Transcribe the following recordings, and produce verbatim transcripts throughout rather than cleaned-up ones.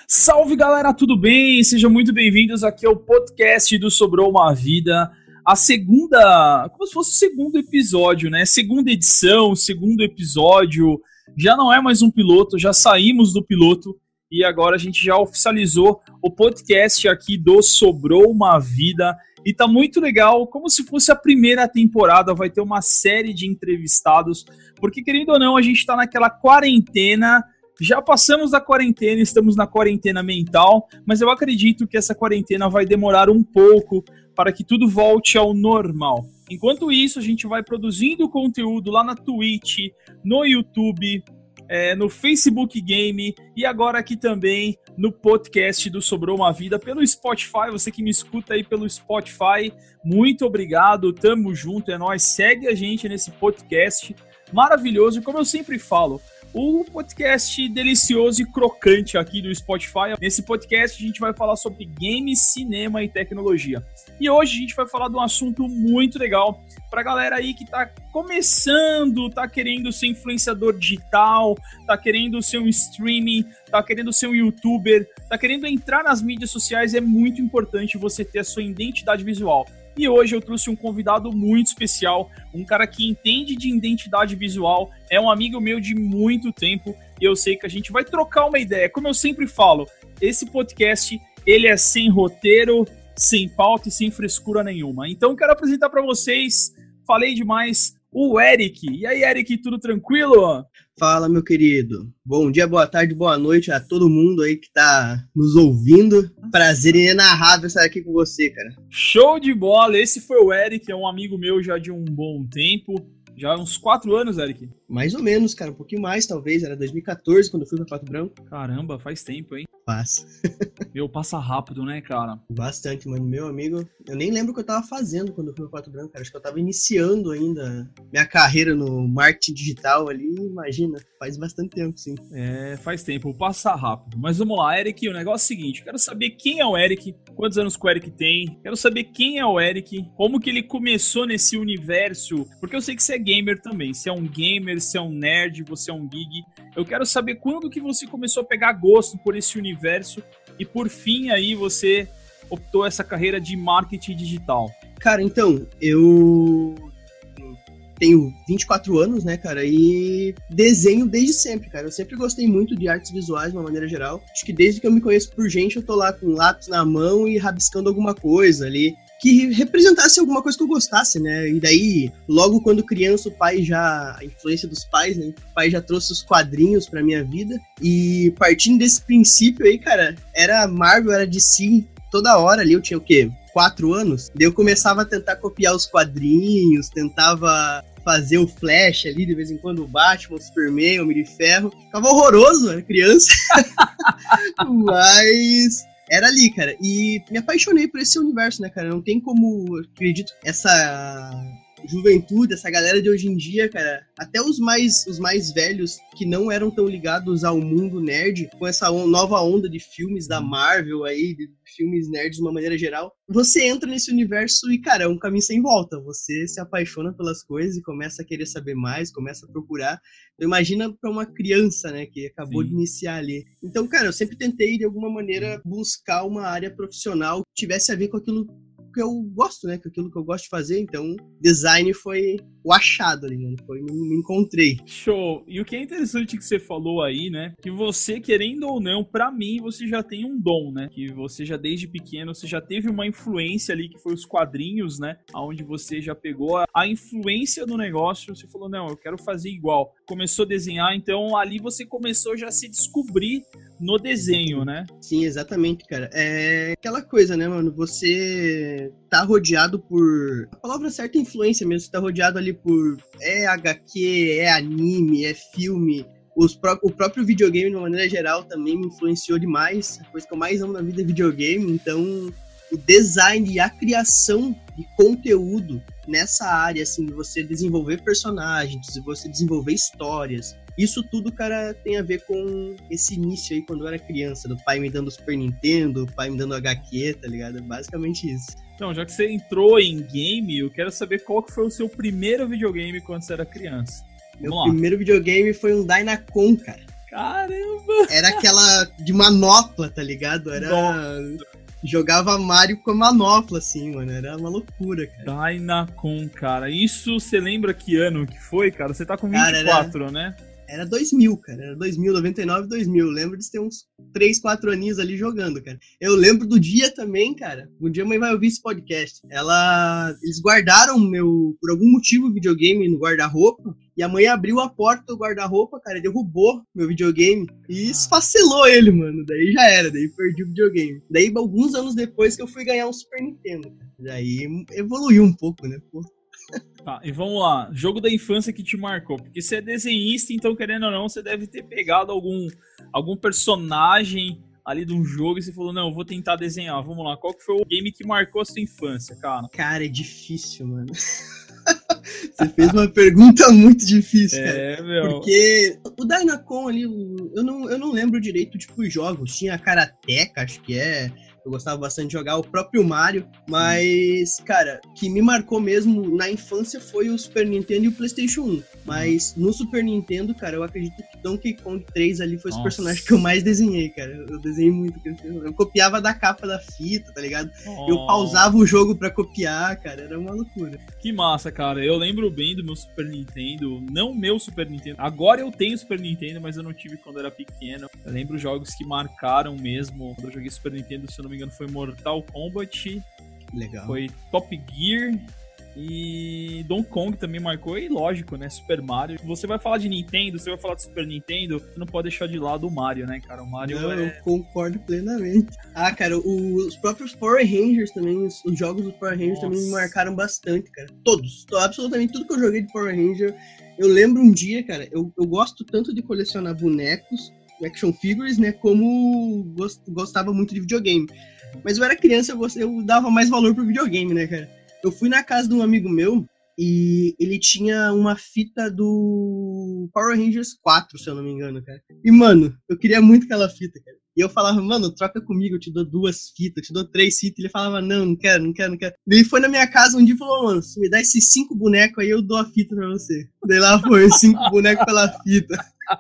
Salve galera, tudo bem? Sejam muito bem-vindos aqui ao podcast do Sobrou Uma Vida. A segunda, como se fosse o segundo episódio, né? Segunda edição, segundo episódio. Já não é mais um piloto, já saímos do piloto e agora a gente já oficializou o podcast aqui do Sobrou Uma Vida. E tá muito legal, como se fosse a primeira temporada, vai ter uma série de entrevistados, porque querendo ou não, a gente tá naquela quarentena. Já passamos da quarentena, estamos na quarentena mental, mas eu acredito que essa quarentena vai demorar um pouco para que tudo volte ao normal. Enquanto isso, a gente vai produzindo conteúdo lá na Twitch, no YouTube, é, no Facebook Game e agora aqui também no podcast do Sobrou Uma Vida pelo Spotify. Você que me escuta aí pelo Spotify, muito obrigado, tamo junto, é nóis, segue a gente nesse podcast maravilhoso. E como eu sempre falo, o podcast delicioso e crocante aqui do Spotify. Nesse podcast a gente vai falar sobre games, cinema e tecnologia. E hoje a gente vai falar de um assunto muito legal pra galera aí que tá começando, tá querendo ser influenciador digital, tá querendo ser um streaming, tá querendo ser um youtuber, tá querendo entrar nas mídias sociais. É muito importante você ter a sua identidade visual. E hoje eu trouxe um convidado muito especial, um cara que entende de identidade visual, é um amigo meu de muito tempo, e eu sei que a gente vai trocar uma ideia. Como eu sempre falo, esse podcast, ele é sem roteiro, sem pauta e sem frescura nenhuma. Então quero apresentar para vocês, falei demais, o Eric. E aí, Eric, tudo tranquilo? Fala, meu querido. Bom dia, boa tarde, boa noite a todo mundo aí que tá nos ouvindo. Prazer inenarrável estar aqui com você, cara. Show de bola! Esse foi o Eric, é um amigo meu já de um bom tempo. Já há uns quatro anos, Eric? Mais ou menos, cara. Um pouquinho mais, talvez. Era dois mil e catorze, quando eu fui pra Pato Branco. Caramba, faz tempo, hein? Passa. Meu, passa rápido, né, cara? Bastante, mano. Meu amigo, eu nem lembro o que eu tava fazendo quando eu fui pra Pato Branco, cara. Acho que eu tava iniciando ainda minha carreira no marketing digital ali. Imagina, faz bastante tempo, sim. É, faz tempo. Passa rápido. Mas vamos lá, Eric, o negócio é o seguinte. Quero saber quem é o Eric, quantos anos que o Eric tem. Quero saber quem é o Eric, como que ele começou nesse universo. Porque eu sei que você é gamer também. Você é um gamer, você é um nerd, você é um geek. Eu quero saber quando que você começou a pegar gosto por esse universo e por fim aí você optou essa carreira de marketing digital. Cara, então, eu tenho vinte e quatro anos, né, cara, e desenho desde sempre, cara. Eu sempre gostei muito de artes visuais, de uma maneira geral. Acho que desde que eu me conheço por gente, eu tô lá com lápis na mão e rabiscando alguma coisa ali que representasse alguma coisa que eu gostasse, né? E daí, logo quando criança, o pai já... A influência dos pais, né? O pai já trouxe os quadrinhos pra minha vida. E partindo desse princípio aí, cara, era Marvel, era D C, toda hora ali. Eu tinha o quê? Quatro anos? Daí eu começava a tentar copiar os quadrinhos, tentava fazer o Flash ali, de vez em quando o Batman, o Superman, o Homem de Ferro. Ficava horroroso, era criança. Mas... era ali, cara, e me apaixonei por esse universo, né, cara, não tem como, eu acredito, essa juventude, essa galera de hoje em dia, cara, até os mais, os mais velhos que não eram tão ligados ao mundo nerd, com essa on- nova onda de filmes da Marvel aí, de filmes nerds de uma maneira geral, você entra nesse universo e, cara, é um caminho sem volta, você se apaixona pelas coisas e começa a querer saber mais, começa a procurar. Então, imagina pra uma criança, né, que acabou Sim. de iniciar ali. Então, cara, eu sempre tentei, de alguma maneira, buscar uma área profissional que tivesse a ver com aquilo que eu gosto, né? Com aquilo que eu gosto de fazer. Então, design foi o achado ali, né? Foi, me, me encontrei. Show! E o que é interessante que você falou aí, né? Que você, querendo ou não, pra mim, você já tem um dom, né? Que você já, desde pequeno, você já teve uma influência ali, que foi os quadrinhos, né? Onde você já pegou a, a influência do negócio. Você falou, não, eu quero fazer igual. Começou a desenhar, então ali você começou já a se descobrir no desenho, né? Sim, exatamente, cara. É aquela coisa, né, mano? Você tá rodeado por... A palavra certa é influência mesmo. Você tá rodeado ali por... É H Q, é anime, é filme. Os pró- o próprio videogame, de uma maneira geral, também me influenciou demais. A coisa que eu mais amo na vida é videogame. Então, o design e a criação de conteúdo nessa área, assim, de você desenvolver personagens, de você desenvolver histórias... Isso tudo, cara, tem a ver com esse início aí, quando eu era criança, do pai me dando Super Nintendo, o pai me dando H Q, tá ligado? É basicamente isso. Então, já que você entrou em game, eu quero saber qual que foi o seu primeiro videogame quando você era criança. Meu primeiro videogame foi um Dynacon, cara. Caramba! Era aquela de manopla, tá ligado? Era... Nossa. Jogava Mario com a manopla, assim, mano. Era uma loucura, cara. Dynacon, cara. Isso, você lembra que ano que foi, cara? Você tá com vinte e quatro, cara, era... né? Era dois mil, cara. Era dois mil, noventa e nove, dois mil. Eu lembro de ter uns três, quatro aninhos ali jogando, cara. Eu lembro do dia também, cara. Um dia a mãe vai ouvir esse podcast. Ela... Eles guardaram meu... Por algum motivo, o videogame no guarda-roupa. E a mãe abriu a porta do guarda-roupa, cara, derrubou meu videogame e esfacelou ele, mano. Daí já era, daí perdi o videogame. Daí, alguns anos depois que eu fui ganhar um Super Nintendo, cara. Daí evoluiu um pouco, né, pô. Tá, e vamos lá. Jogo da infância que te marcou. Porque você é desenhista, então, querendo ou não, você deve ter pegado algum, algum personagem ali de um jogo e você falou, não, eu vou tentar desenhar. Vamos lá, qual que foi o game que marcou a sua infância, cara? Cara, é difícil, mano. Você fez uma pergunta muito difícil, cara. É, meu. Porque o Dynacon ali, eu não, eu não lembro direito, tipo, os jogos. Tinha Karateka, acho que é... Eu gostava bastante de jogar o próprio Mario, mas, cara, o que me marcou mesmo na infância foi o Super Nintendo e o PlayStation um. Mas no Super Nintendo, cara, eu acredito que Donkey Kong três ali foi os personagens que eu mais desenhei, cara. Eu desenhei muito. Eu copiava da capa da fita, tá ligado? Oh. Eu pausava o jogo pra copiar, cara, era uma loucura. Que massa, cara. Eu lembro bem do meu Super Nintendo, não o meu Super Nintendo. Agora eu tenho Super Nintendo, mas eu não tive quando era pequeno. Eu lembro jogos que marcaram mesmo. Quando eu joguei Super Nintendo, se eu não me engano, foi Mortal Kombat. Legal. Foi Top Gear. E Donkey Kong também marcou. E lógico, né? Super Mario. Você vai falar de Nintendo, você vai falar de Super Nintendo, você não pode deixar de lado o Mario, né, cara? O Mario não, é... eu concordo plenamente. Ah, cara, os próprios Power Rangers também, os, os jogos dos Power Rangers Nossa. também me marcaram bastante, cara. Todos. Absolutamente tudo que eu joguei de Power Ranger. Eu lembro um dia, cara, eu, eu gosto tanto de colecionar bonecos, action figures, né, como gost, gostava muito de videogame. Mas eu era criança, eu, gost, eu dava mais valor pro videogame, né, cara? Eu fui na casa de um amigo meu e ele tinha uma fita do Power Rangers quatro, se eu não me engano, cara. E, mano, eu queria muito aquela fita, cara. E eu falava, mano, troca comigo, eu te dou duas fitas, eu te dou três fitas. Ele falava, não, não quero, não quero, não quero. Daí ele foi na minha casa um dia e falou, mano, se me dá esses cinco bonecos aí, eu dou a fita pra você. Daí lá foi, cinco bonecos pela fita.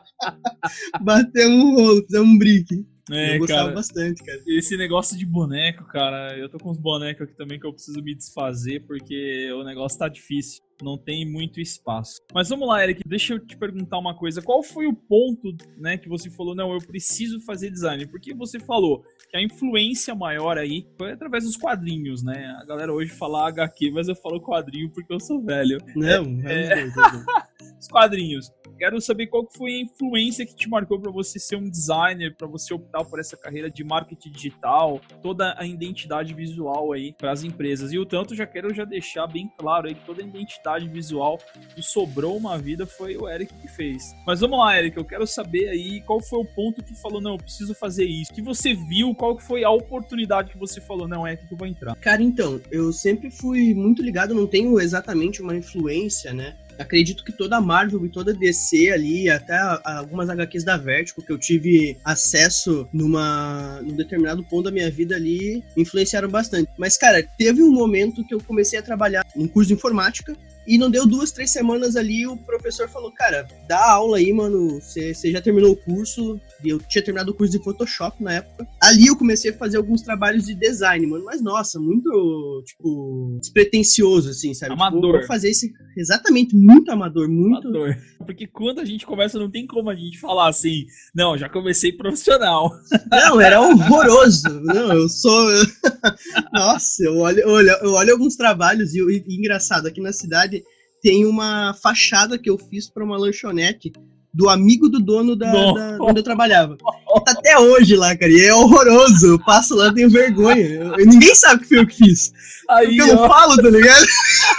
Batemos um rolo, fizemos um brick. É, eu gostava cara, bastante, cara. Esse negócio de boneco, cara, eu tô com uns bonecos aqui também que eu preciso me desfazer porque o negócio tá difícil. Não tem muito espaço. Mas vamos lá, Eric, deixa eu te perguntar uma coisa. Qual foi o ponto, né, que você falou, não, eu preciso fazer design? Porque você falou que a influência maior aí foi através dos quadrinhos, né? A galera hoje fala H Q, mas eu falo quadrinho porque eu sou velho. Não, é, é... é... Os quadrinhos. Quero saber qual foi a influência que te marcou para você ser um designer, para você optar por essa carreira de marketing digital, toda a identidade visual aí para as empresas. E o tanto já quero já deixar bem claro aí que toda a identidade visual que sobrou uma vida foi o Eric que fez. Mas vamos lá, Eric, eu quero saber aí qual foi o ponto que falou, não, eu preciso fazer isso. Que você viu, qual foi a oportunidade que você falou, não, é aqui que eu vou entrar. Cara, então, eu sempre fui muito ligado, não tenho exatamente uma influência, né? Acredito que toda a Marvel e toda a D C ali, até algumas H Qs da Vertigo que eu tive acesso numa, num determinado ponto da minha vida ali, influenciaram bastante. Mas, cara, teve um momento que eu comecei a trabalhar num curso de informática e não deu duas, três semanas ali, o professor falou, cara, dá aula aí, mano, você já terminou o curso, e eu tinha terminado o curso de Photoshop na época. Ali eu comecei a fazer alguns trabalhos de design, mano, mas nossa, muito, tipo, despretensioso, assim, sabe? Amador. Tipo, eu vou fazer esse, exatamente, muito amador, muito... Amador. Porque quando a gente começa, não tem como a gente falar assim, não, já comecei profissional. Não, era horroroso, não, eu sou... Nossa, eu olho, eu olho, eu olho alguns trabalhos, e, e, e engraçado, aqui na cidade tem uma fachada que eu fiz para uma lanchonete do amigo do dono da, da onde eu trabalhava. E tá até hoje lá, cara, e é horroroso. Eu passo lá, tenho vergonha. Eu, eu, ninguém sabe que foi eu que fiz. Aí, porque eu não falo, tá ligado?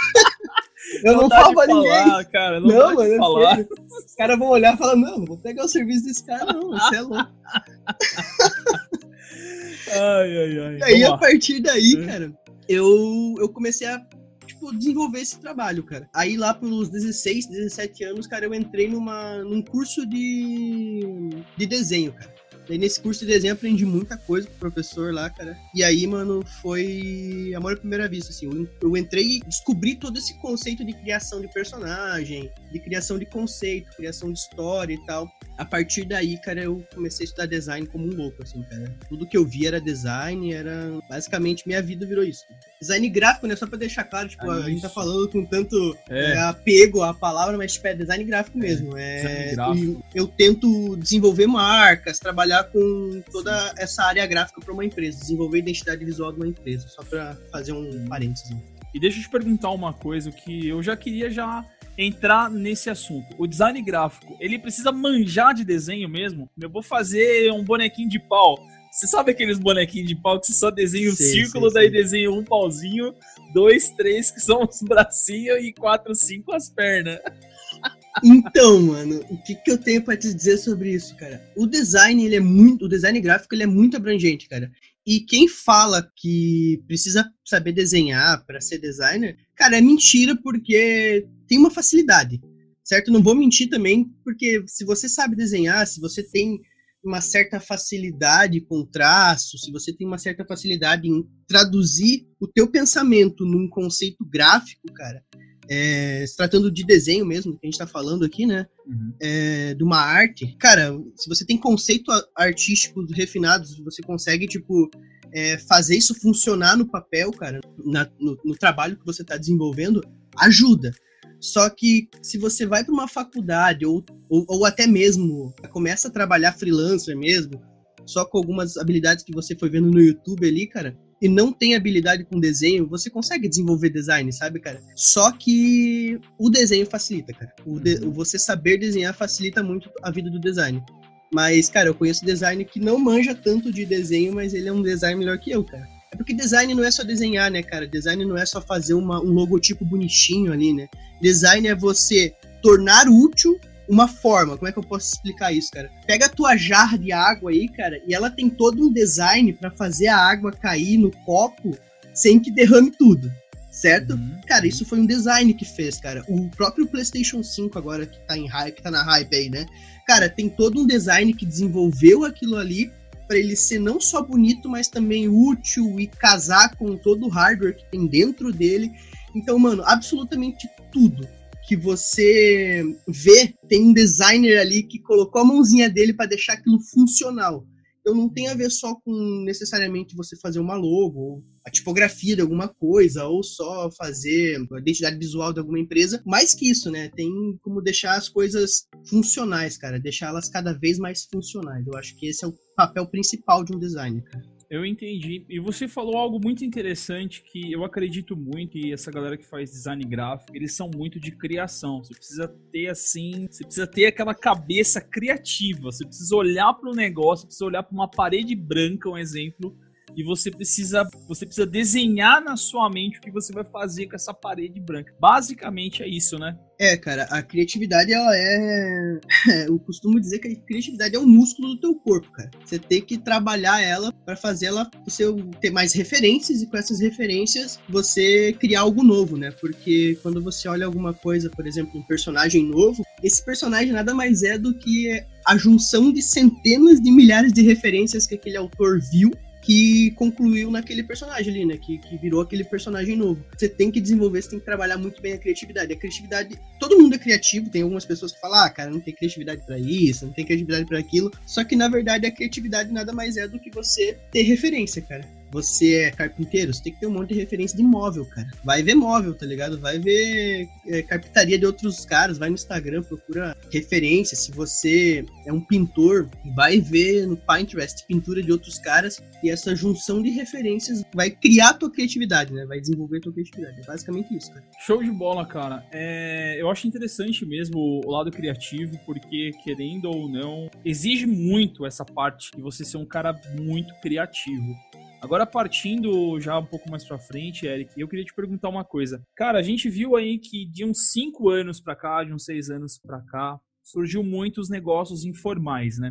Eu não, não falo pra ninguém. Cara, não, não mano, falar. Os caras vão olhar e falar, não, não vou pegar o serviço desse cara, não, você é louco. Ai, ai, ai. E aí, a partir daí, cara, eu, eu comecei a tipo, desenvolver esse trabalho, cara. Aí lá pelos dezesseis, dezessete anos, cara, eu entrei numa, num curso de, de desenho, cara. Daí nesse curso de desenho eu aprendi muita coisa com o professor lá, cara. E aí, mano, foi amor à primeira vista, assim. Eu, eu entrei e descobri todo esse conceito de criação de personagem, de de criação de conceito, criação de história e tal. A partir daí, cara, eu comecei a estudar design como um louco, assim, cara. Tudo que eu vi era design, era... Basicamente, minha vida virou isso. Design gráfico, né? Só pra deixar claro, tipo, ah, a gente tá falando com tanto é. É, apego à palavra, mas, tipo, é design gráfico mesmo. É, design gráfico. Eu tento desenvolver marcas, trabalhar com toda essa área gráfica pra uma empresa, desenvolver a identidade visual de uma empresa, só pra fazer um parênteses. E deixa eu te perguntar uma coisa que eu já queria já entrar nesse assunto. O design gráfico, ele precisa manjar de desenho mesmo? Eu vou fazer um bonequinho de pau. Você sabe aqueles bonequinhos de pau que você só desenha um sim, círculo, sim, daí sim. desenha um pauzinho, dois, três que são os bracinhos e quatro, cinco as pernas. Então, mano, o que, que eu tenho pra te dizer sobre isso, cara? O design, ele é muito, o design gráfico, ele é muito abrangente, cara. E quem fala que precisa saber desenhar para ser designer, cara, é mentira, porque tem uma facilidade, certo? Não vou mentir também, porque se você sabe desenhar, se você tem uma certa facilidade com traço, se você tem uma certa facilidade em traduzir o teu pensamento num conceito gráfico, cara, é, se tratando de desenho mesmo, que a gente tá falando aqui, né, uhum. é, de uma arte, cara, se você tem conceitos artísticos refinados, você consegue, tipo, é, fazer isso funcionar no papel, cara, na, no, no trabalho que você tá desenvolvendo, ajuda. Só que se você vai para uma faculdade ou, ou, ou até mesmo começa a trabalhar freelancer mesmo, só com algumas habilidades que você foi vendo no YouTube ali, cara, e não tem habilidade com desenho, você consegue desenvolver design, sabe, cara? Só que o desenho facilita, cara. O de, você saber desenhar facilita muito a vida do design. Mas, cara, eu conheço design que não manja tanto de desenho, mas ele é um design melhor que eu, cara. É porque design não é só desenhar, né, cara? Design não é só fazer uma, um logotipo bonitinho ali, né? Design é você tornar útil uma forma. Como é que eu posso explicar isso, cara? Pega a tua jarra de água aí, cara, e ela tem todo um design pra fazer a água cair no copo sem que derrame tudo, certo? Uhum. Cara, isso foi um design que fez, cara. O próprio PlayStation cinco agora, que tá, em hype, que tá na hype aí, né? Cara, tem todo um design que desenvolveu aquilo ali para ele ser não só bonito, mas também útil e casar com todo o hardware que tem dentro dele. Então, mano, absolutamente tudo que você vê, tem um designer ali que colocou a mãozinha dele para deixar aquilo funcional. Então não tem a ver só com necessariamente você fazer uma logo, ou a tipografia de alguma coisa, ou só fazer a identidade visual de alguma empresa. Mais que isso, né? Tem como deixar as coisas funcionais, cara. Deixá-las cada vez mais funcionais. Eu acho que esse é o papel principal de um designer, cara. Eu entendi. E você falou algo muito interessante que eu acredito muito, e essa galera que faz design gráfico, eles são muito de criação. Você precisa ter, assim, você precisa ter aquela cabeça criativa. Você precisa olhar para o negócio, você precisa olhar para uma parede branca, um exemplo, e você precisa, você precisa desenhar na sua mente o que você vai fazer com essa parede branca. Basicamente é isso, né? É, cara, a criatividade, ela é... Eu costumo dizer que a criatividade é um músculo do teu corpo, cara. Você tem que trabalhar ela para fazer ela, você ter mais referências, e com essas referências você criar algo novo, né? Porque quando você olha alguma coisa, por exemplo, um personagem novo, esse personagem nada mais é do que a junção de centenas de milhares de referências que aquele autor viu, que concluiu naquele personagem ali, né? Que, que virou aquele personagem novo. Você tem que desenvolver, você tem que trabalhar muito bem a criatividade. A criatividade, todo mundo é criativo, tem algumas pessoas que falam, ah, cara, não tem criatividade pra isso, não tem criatividade pra aquilo. Só que, na verdade, a criatividade nada mais é do que você ter referência, cara. Você é carpinteiro, você tem que ter um monte de referência de móvel, cara. Vai ver móvel, tá ligado? Vai ver é, carpintaria de outros caras, vai no Instagram, procura referência. Se você é um pintor, vai ver no Pinterest pintura de outros caras, e essa junção de referências vai criar a tua criatividade, né? Vai desenvolver a tua criatividade. É basicamente isso, cara. Show de bola, cara. É, eu acho interessante mesmo o lado criativo, porque, querendo ou não, exige muito essa parte de você ser um cara muito criativo. Agora, partindo já um pouco mais pra frente, Eric, eu queria te perguntar uma coisa. Cara, a gente viu aí que de uns cinco anos pra cá, de uns seis anos pra cá, surgiu muitos negócios informais, né?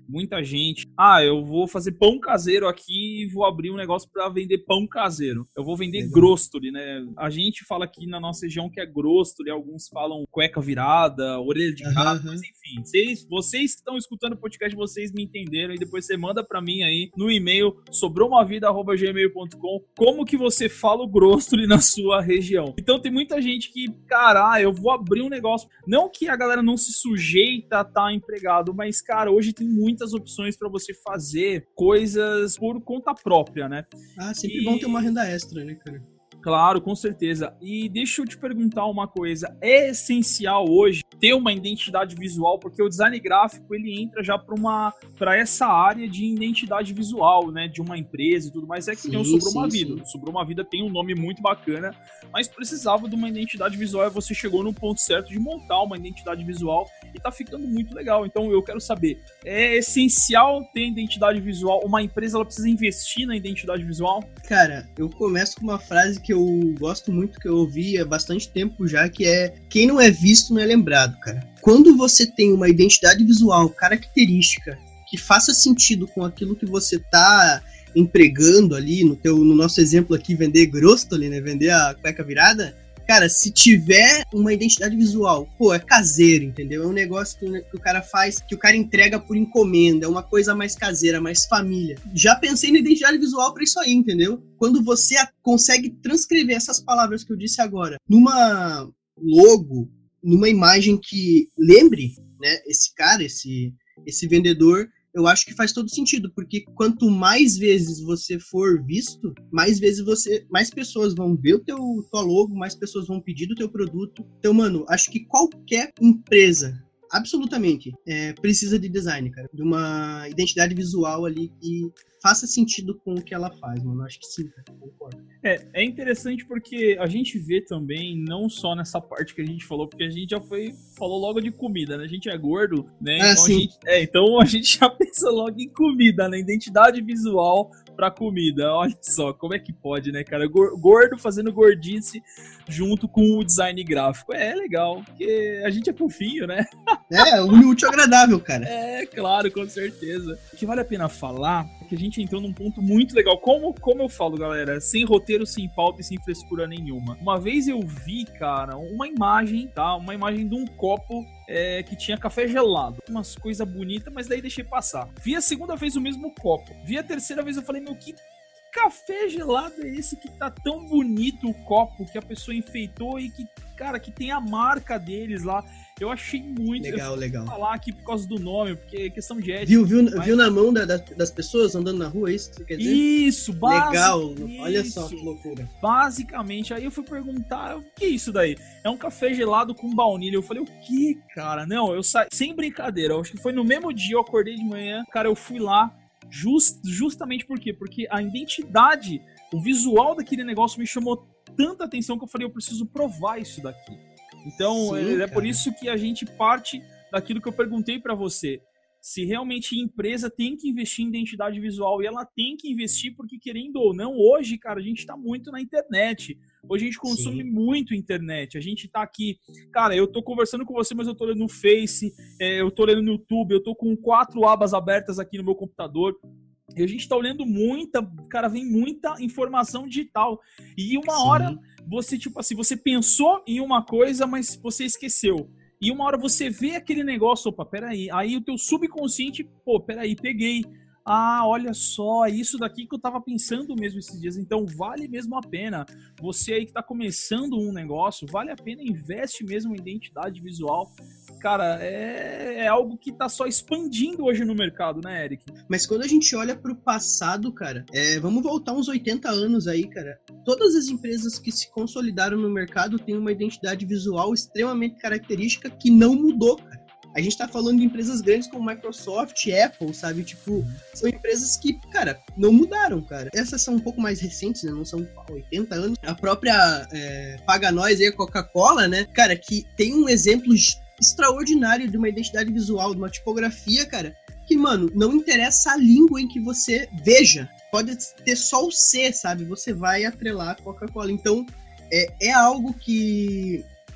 muita gente, ah, eu vou fazer pão caseiro aqui e vou abrir um negócio para vender pão caseiro. Eu vou vender Legal. Grostoli, né? A gente fala aqui na nossa região que é Grostoli, alguns falam cueca virada, orelha de gato, uhum. mas enfim, vocês, vocês que estão escutando o podcast, vocês me entenderam, e depois você manda para mim aí no e-mail sobrou uma vida arroba gmail ponto com como que você fala o Grostoli na sua região. Então tem muita gente que, cara, ah, eu vou abrir um negócio, não que a galera não se sujeita a estar empregado, mas, cara, hoje tem muitas opções para você fazer coisas por conta própria, né? Ah, sempre e... bom ter uma renda extra, né, cara? Claro, com certeza. E deixa eu te perguntar uma coisa. É essencial hoje ter uma identidade visual, porque o design gráfico, ele entra já para uma para essa área de identidade visual, né, de uma empresa e tudo mais. É que sim, nem o Sobrou sim, Uma Vida. Sim. O Sobrou Uma Vida tem um nome muito bacana, mas precisava de uma identidade visual e você chegou no ponto certo de montar uma identidade visual e tá ficando muito legal. Então eu quero saber, é essencial ter identidade visual? Uma empresa, ela precisa investir na identidade visual? Cara, eu começo com uma frase que eu gosto muito, que eu ouvi há bastante tempo já, que é: quem não é visto não é lembrado, cara. Quando você tem uma identidade visual característica que faça sentido com aquilo que você tá empregando ali, no, teu, no nosso exemplo aqui, vender Grostoli, né, vender a cueca virada, cara, se tiver uma identidade visual, pô, é caseiro, entendeu? É um negócio que, que o cara faz, que o cara entrega por encomenda, é uma coisa mais caseira, mais família. Já pensei na identidade visual pra isso aí, entendeu? Quando você a, consegue transcrever essas palavras que eu disse agora numa logo, numa imagem que lembre, né, esse cara, esse, esse vendedor, eu acho que faz todo sentido, porque quanto mais vezes você for visto, mais vezes você, mais pessoas vão ver o teu tua logo, mais pessoas vão pedir do teu produto. Então, mano, acho que qualquer empresa, absolutamente, é, precisa de design, cara, de uma identidade visual ali que faça sentido com o que ela faz, mano. Acho que sim, cara, concordo. É, é interessante porque a gente vê também, não só nessa parte que a gente falou, porque a gente já foi, falou logo de comida, né? A gente é gordo, né? Ah, então, sim. A gente, é, então a gente já pensa logo em comida, né? Identidade visual pra comida. Olha só, como é que pode, né, cara? Gordo fazendo gordice junto com o design gráfico. É, legal, porque a gente é fofinho, né? É, o útil agradável, cara. É, claro, com certeza. O que vale a pena falar é que a gente entrou num ponto muito legal. Como, como eu falo, galera, sem roteiro, sem pauta e sem frescura nenhuma. Uma vez eu vi, cara, uma imagem, tá? Uma imagem de um copo é, que tinha café gelado. Umas coisas bonitas, mas daí deixei passar. Vi a segunda vez o mesmo copo. Vi a terceira vez, eu falei, meu, que café gelado é esse que tá tão bonito o copo que a pessoa enfeitou e que, cara, que tem a marca deles lá. Eu achei muito... Legal, eu legal. Vou falar aqui por causa do nome, porque é questão de ética. Viu, viu, mas... viu na mão da, da, das pessoas andando na rua, é isso que você quer dizer? Isso, basic... Legal, isso. Olha só que loucura. Basicamente, aí eu fui perguntar, o que é isso daí? É um café gelado com baunilha. Eu falei, o que, cara? Não, eu saí... Sem brincadeira, eu acho que foi no mesmo dia, eu acordei de manhã, cara, eu fui lá, just... justamente por quê? Porque a identidade, o visual daquele negócio me chamou tanta atenção que eu falei, eu preciso provar isso daqui. Então, Sim, é, é por isso que a gente parte daquilo que eu perguntei para você. Se realmente a empresa tem que investir em identidade visual, e ela tem que investir porque, querendo ou não, hoje, cara, a gente tá muito na internet. Hoje a gente consome Sim. muito internet. A gente tá aqui... Cara, eu tô conversando com você, mas eu tô olhando no Face, é, eu tô olhando no YouTube, eu tô com quatro abas abertas aqui no meu computador. E a gente tá olhando muita... Cara, vem muita informação digital. E uma Sim. hora... Você, tipo assim, você pensou em uma coisa, mas você esqueceu. E uma hora você vê aquele negócio, opa, peraí. Aí o teu subconsciente, pô, peraí, peguei. Ah, olha só, é isso daqui que eu tava pensando mesmo esses dias. Então vale mesmo a pena. Você aí que tá começando um negócio, vale a pena, investe mesmo em identidade visual. Cara, é, é algo que tá só expandindo hoje no mercado, né, Eric? Mas quando a gente olha pro passado, cara, é, vamos voltar uns oitenta anos aí, cara. Todas as empresas que se consolidaram no mercado têm uma identidade visual extremamente característica que não mudou, cara. A gente tá falando de empresas grandes como Microsoft, Apple, sabe? Tipo, são empresas que, cara, não mudaram, cara. Essas são um pouco mais recentes, né? Não são oitenta anos. A própria é, Paga Nós aí, a Coca-Cola, né? Cara, que tem um exemplo extraordinário de uma identidade visual, de uma tipografia, cara, que, mano, não interessa a língua em que você veja. Pode ter só o C, sabe? Você vai atrelar a Coca-Cola. Então, é, é algo que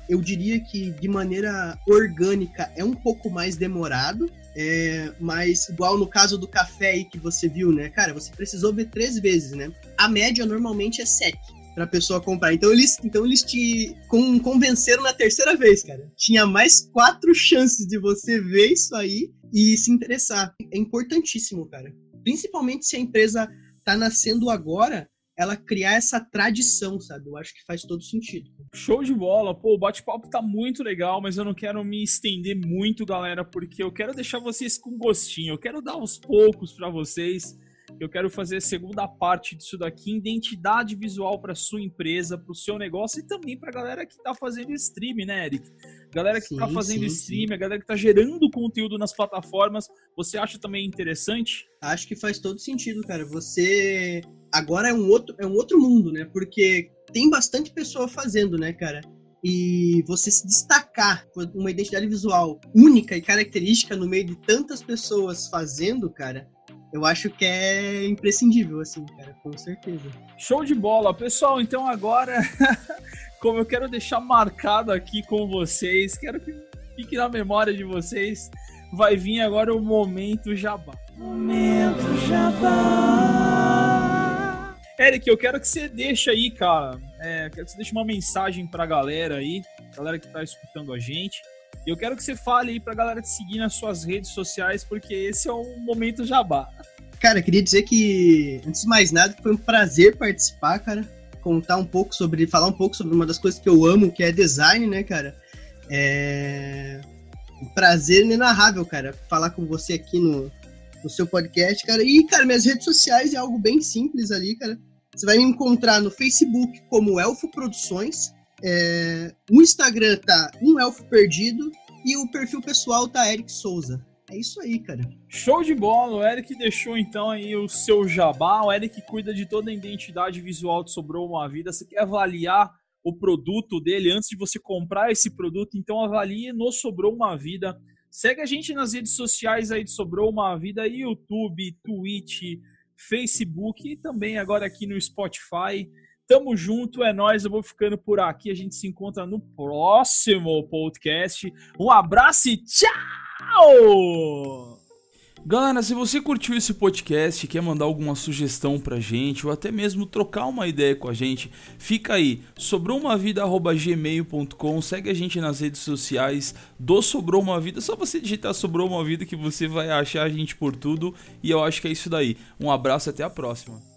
eu diria que de maneira orgânica é um pouco mais demorado, é, mas igual no caso do café aí que você viu, né, cara, você precisou ver três vezes, né? A média normalmente é sete pra pessoa comprar. Então eles, então eles te con- convenceram na terceira vez, cara. Tinha mais quatro chances de você ver isso aí e se interessar. É importantíssimo, cara. Principalmente se a empresa tá nascendo agora, ela criar essa tradição, sabe? Eu acho que faz todo sentido. Show de bola. Pô, o bate-papo tá muito legal, mas eu não quero me estender muito, galera, porque eu quero deixar vocês com gostinho. Eu quero dar aos poucos pra vocês. Eu quero fazer a segunda parte disso daqui, identidade visual para sua empresa, para o seu negócio e também para a galera que está fazendo stream, né, Eric? Galera que está fazendo sim, stream, sim. A galera que está gerando conteúdo nas plataformas, você acha também interessante? Acho que faz todo sentido, cara. Você agora é um outro, é um outro mundo, né? Porque tem bastante pessoa fazendo, né, cara? E você se destacar com uma identidade visual única e característica no meio de tantas pessoas fazendo, cara, eu acho que é imprescindível, assim, cara, com certeza. Show de bola. Pessoal, então agora, como eu quero deixar marcado aqui com vocês, quero que fique na memória de vocês, vai vir agora o Momento Jabá. Momento Jabá. Eric, eu quero que você deixe aí, cara, é, quero que você deixe uma mensagem pra galera aí, galera que tá escutando a gente. E eu quero que você fale aí pra galera te seguir nas suas redes sociais, porque esse é o Momento Jabá. Cara, queria dizer que, antes de mais nada, foi um prazer participar, cara. Contar um pouco sobre, falar um pouco sobre uma das coisas que eu amo, que é design, né, cara? É um prazer inenarrável, cara, falar com você aqui no, no seu podcast, cara. E, cara, minhas redes sociais é algo bem simples ali, cara. Você vai me encontrar no Facebook como Elfo Produções. É, o Instagram tá Um Elfo Perdido e o perfil pessoal tá Eric Souza. É isso aí, cara. Show de bola, o Eric deixou então aí o seu jabá, o Eric cuida de toda a identidade visual de Sobrou Uma Vida. Você quer avaliar o produto dele antes de você comprar esse produto, então avalie no Sobrou Uma Vida. Segue a gente nas redes sociais aí de Sobrou Uma Vida, YouTube, Twitch, Facebook e também agora aqui no Spotify. Tamo junto, é nóis, eu vou ficando por aqui, a gente se encontra no próximo podcast. Um abraço e tchau! Galera, se você curtiu esse podcast e quer mandar alguma sugestão pra gente ou até mesmo trocar uma ideia com a gente, fica aí, sobrou uma vida arroba gmail ponto com, segue a gente nas redes sociais do Sobrou Uma Vida, só você digitar Sobrou Uma Vida que você vai achar a gente por tudo e eu acho que é isso daí. Um abraço e até a próxima.